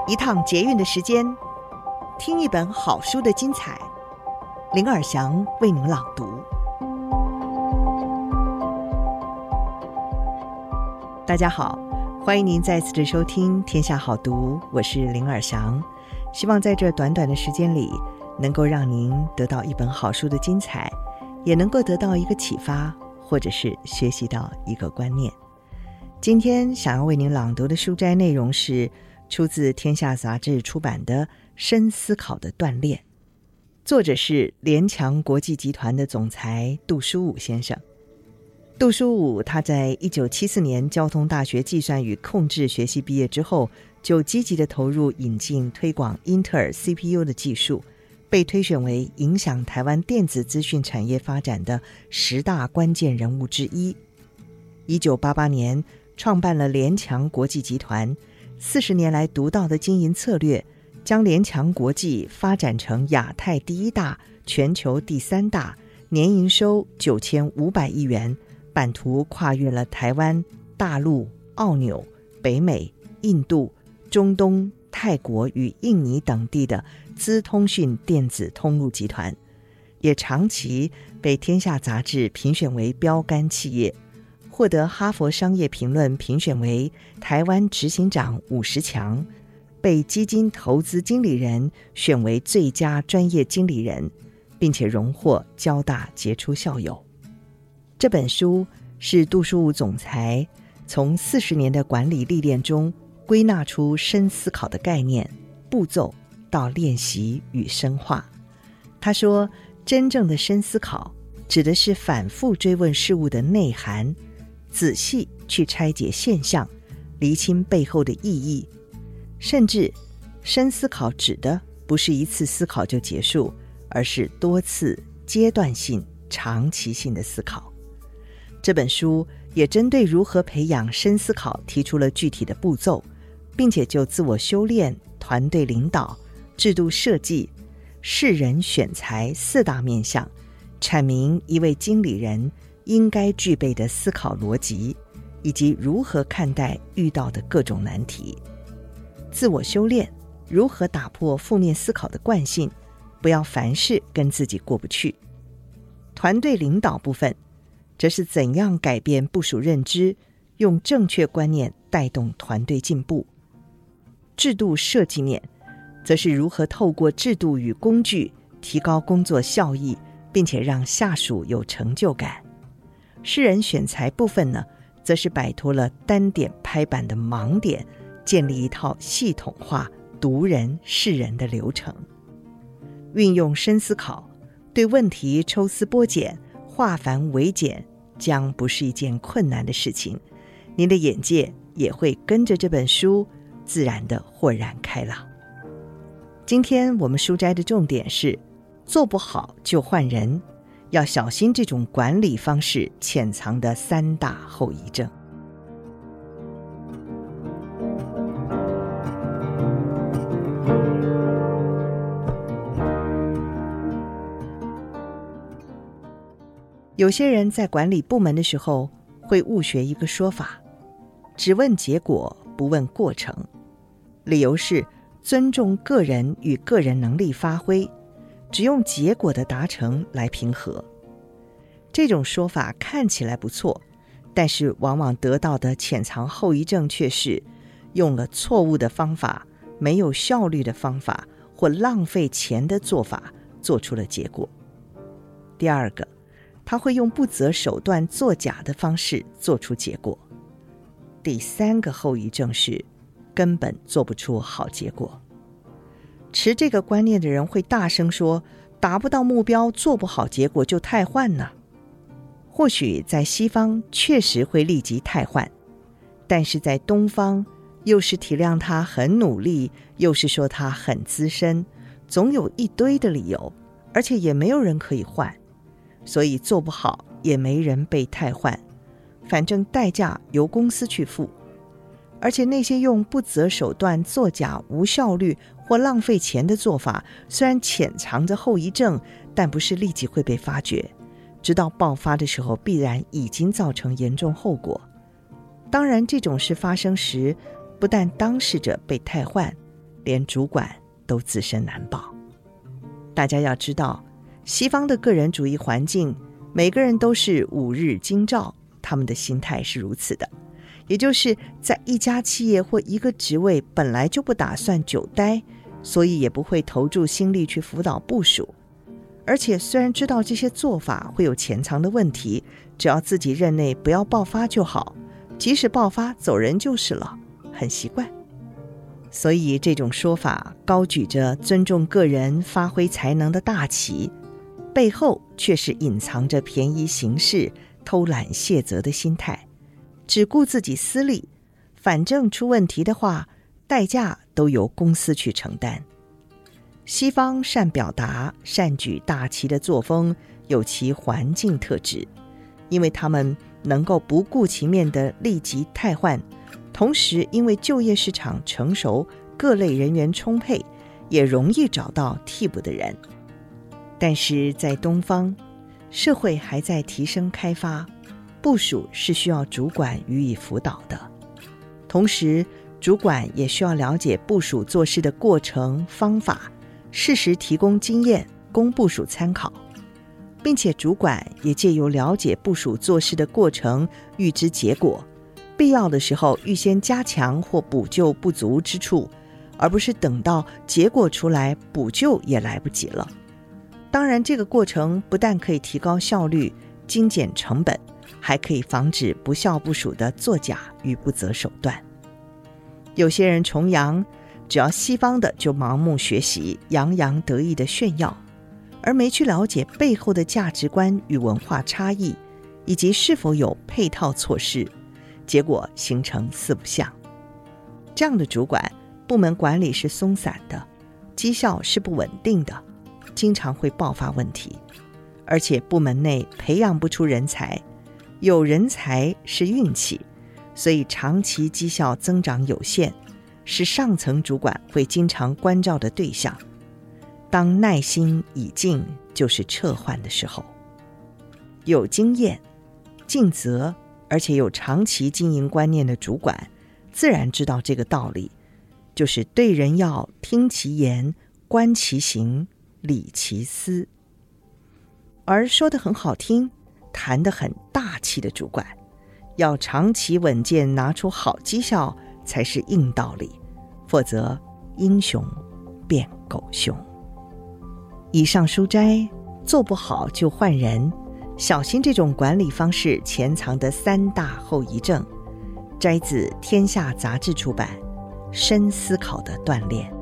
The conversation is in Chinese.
一趟捷运的时间，听一本好书的精彩。林尔祥为您朗读。大家好，欢迎您再次的收听天下好读，我是林尔祥。希望在这短短的时间里，能够让您得到一本好书的精彩，也能够得到一个启发，或者是学习到一个观念。今天想要为您朗读的书摘内容是出自天下杂志出版的《深思考的锻炼》，作者是联强国际集团的总裁杜书武先生。杜书武他在1974年交通大学计算与控制学系毕业之后，就积极地投入引进推广英特尔 CPU 的技术，被推选为影响台湾电子资讯产业发展的10大关键人物之一。1988年创办了联强国际集团，40年来独到的经营策略，将联强国际发展成亚太第一大、全球第3大，年营收9500亿元，版图跨越了台湾、大陆、澳纽、北美、印度、中东、泰国与印尼等地的资通讯电子通路集团，也长期被天下杂志评选为标杆企业，获得哈佛商业评论评选为台湾执行长50强，被基金投资经理人选为最佳专业经理人，并且荣获交大杰出校友。这本书是杜书武总裁从40年的管理历练中归纳出深思考的概念、步骤到练习与深化。他说，真正的深思考指的是反复追问事物的内涵，仔细去拆解现象，厘清背后的意义。甚至深思考指的不是一次思考就结束，而是多次阶段性长期性的思考。这本书也针对如何培养深思考提出了具体的步骤，并且就自我修炼、团队领导、制度设计、识人选才4大面向，阐明一位经理人应该具备的思考逻辑，以及如何看待遇到的各种难题。自我修炼，如何打破负面思考的惯性，不要凡事跟自己过不去。团队领导部分，则是怎样改变部属认知，用正确观念带动团队进步。制度设计面，则是如何透过制度与工具提高工作效益，并且让下属有成就感。识人选才部分呢，则是摆脱了单点拍板的盲点，建立一套系统化读人识人的流程。运用深思考，对问题抽丝剥茧，化繁为简，将不是一件困难的事情。您的眼界也会跟着这本书自然的豁然开朗。今天我们书摘的重点是，做不好就换人，要小心这种管理方式潜藏的3大后遗症。有些人在管理部门的时候会误学一个说法，只问结果不问过程，理由是尊重个人与个人能力发挥，只用结果的达成来评核。这种说法看起来不错，但是往往得到的潜藏后遗症却是用了错误的方法、没有效率的方法或浪费钱的做法做出了结果。第二个，他会用不择手段作假的方式做出结果。第3个后遗症是根本做不出好结果。持这个观念的人会大声说，达不到目标做不好结果就汰换呢。或许在西方确实会立即汰换，但是在东方又是体谅他很努力，又是说他很资深，总有一堆的理由，而且也没有人可以换，所以做不好也没人被汰换，反正代价由公司去付。而且那些用不择手段作假、无效率或浪费钱的做法，虽然潜藏着后遗症，但不是立即会被发觉，直到爆发的时候必然已经造成严重后果。当然这种事发生时，不但当事者被汰换， 连主管都自身难保。大家要知道，西方的个人主义环境，每个人都是5日京兆，他们的心态是如此的，也就是在一家企业或一个职位本来就不打算久待，所以也不会投注心力去辅导部属。而且虽然知道这些做法会有潜藏的问题，只要自己任内不要爆发就好，即使爆发走人就是了，很习惯。所以这种说法高举着尊重个人发挥才能的大旗，背后却是隐藏着便宜行事、偷懒卸责的心态，只顾自己私利，反正出问题的话，代价都由公司去承担。西方善表达、善举大旗的作风有其环境特质，因为他们能够不顾其面的立即汰换，同时因为就业市场成熟，各类人员充沛，也容易找到替补的人。但是在东方，社会还在提升开发，部属是需要主管予以辅导的，同时主管也需要了解部属做事的过程方法，适时提供经验供部属参考，并且主管也借由了解部属做事的过程，预知结果，必要的时候预先加强或补救不足之处，而不是等到结果出来补救也来不及了。当然，这个过程不但可以提高效率、精简成本，还可以防止不孝部属的作假与不择手段。有些人崇洋，只要西方的就盲目学习，洋洋得意的炫耀，而没去了解背后的价值观与文化差异，以及是否有配套措施，结果形成四不像。这样的主管，部门管理是松散的，绩效是不稳定的，经常会爆发问题，而且部门内培养不出人才，有人才是运气，所以长期绩效增长有限，是上层主管会经常关照的对象。当耐心已尽，就是撤换的时候。有经验、尽责，而且有长期经营观念的主管，自然知道这个道理，就是对人要听其言、观其行、理其思。而说得很好听、谈得很大气的主管，要长期稳健拿出好绩效才是硬道理，否则英雄变狗熊。以上书摘，做不好就换人，小心这种管理方式潜藏的3大后遗症，摘自《天下》杂志出版《深思考的锻炼》。